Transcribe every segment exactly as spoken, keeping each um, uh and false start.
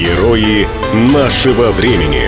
Герои нашего времени.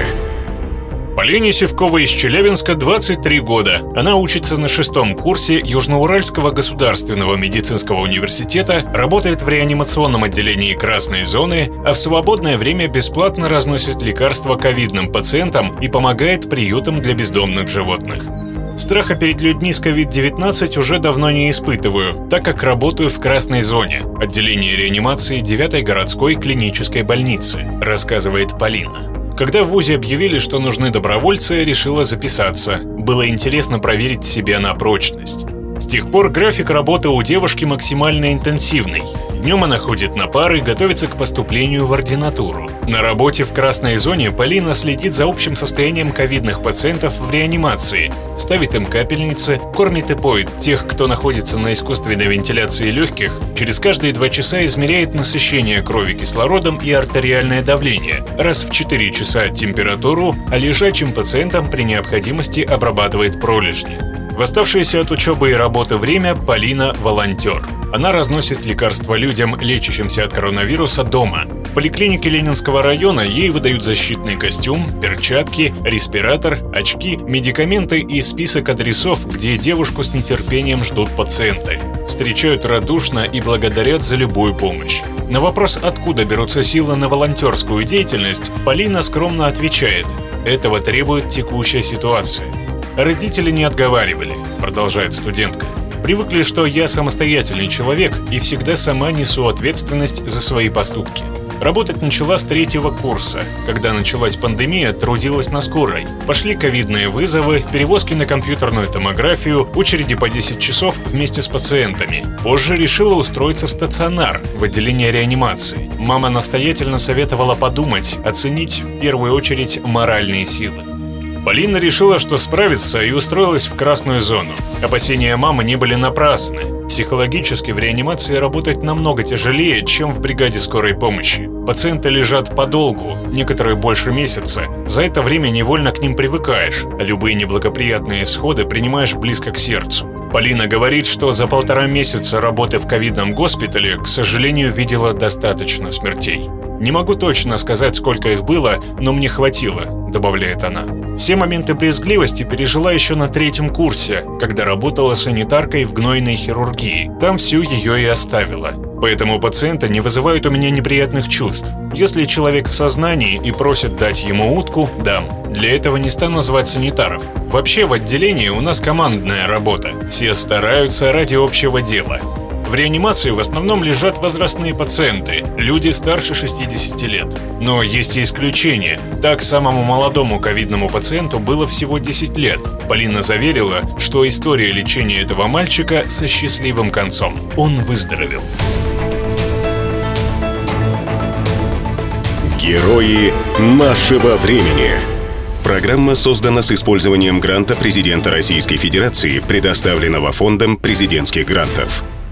Полине Сивковой из Челябинска двадцать три года. Она учится на шестом курсе Южноуральского государственного медицинского университета, работает в реанимационном отделении красной зоны, а в свободное время бесплатно разносит лекарства ковидным пациентам и помогает приютам для бездомных животных. Страха перед людьми с ковид девятнадцать уже давно не испытываю, так как работаю в красной зоне, отделении реанимации девятой городской клинической больницы, рассказывает Полина. Когда в вузе объявили, что нужны добровольцы, решила записаться. Было интересно проверить себя на прочность. С тех пор график работы у девушки максимально интенсивный. Днем она ходит на пары, готовится к поступлению в ординатуру. На работе в красной зоне Полина следит за общим состоянием ковидных пациентов в реанимации, ставит им капельницы, кормит и поет тех, кто находится на искусственной вентиляции легких, через каждые два часа измеряет насыщение крови кислородом и артериальное давление, раз в четыре часа температуру, а лежачим пациентам при необходимости обрабатывает пролежни. В оставшееся от учебы и работы время Полина – волонтер. Она разносит лекарства людям, лечащимся от коронавируса, дома. В поликлинике Ленинского района ей выдают защитный костюм, перчатки, респиратор, очки, медикаменты и список адресов, где девушку с нетерпением ждут пациенты. Встречают радушно и благодарят за любую помощь. На вопрос, откуда берутся силы на волонтерскую деятельность, Полина скромно отвечает: «Этого требует текущая ситуация». «Родители не отговаривали», — продолжает студентка. «Привыкли, что я самостоятельный человек и всегда сама несу ответственность за свои поступки. Работать начала с третьего курса. Когда началась пандемия, трудилась на скорой. Пошли ковидные вызовы, перевозки на компьютерную томографию, очереди по десять часов вместе с пациентами. Позже решила устроиться в стационар, в отделение реанимации. Мама настоятельно советовала подумать, оценить в первую очередь моральные силы. Полина решила, что справится, и устроилась в красную зону. Опасения мамы не были напрасны. Психологически в реанимации работать намного тяжелее, чем в бригаде скорой помощи. Пациенты лежат подолгу, некоторые больше месяца. За это время невольно к ним привыкаешь, а любые неблагоприятные исходы принимаешь близко к сердцу. Полина говорит, что за полтора месяца работы в ковидном госпитале, к сожалению, видела достаточно смертей. «Не могу точно сказать, сколько их было, но мне хватило», — добавляет она. Все моменты брезгливости пережила еще на третьем курсе, когда работала санитаркой в гнойной хирургии. Там всю ее и оставила. Поэтому пациенты не вызывают у меня неприятных чувств. Если человек в сознании и просит дать ему утку, дам. Для этого не стану звать санитаров. Вообще в отделении у нас командная работа. Все стараются ради общего дела. В реанимации в основном лежат возрастные пациенты, люди старше шестидесяти лет. Но есть и исключения. Так, самому молодому ковидному пациенту было всего десять лет. Полина заверила, что история лечения этого мальчика со счастливым концом. Он выздоровел. Герои нашего времени. Программа создана с использованием гранта президента Российской Федерации, предоставленного Фондом президентских грантов.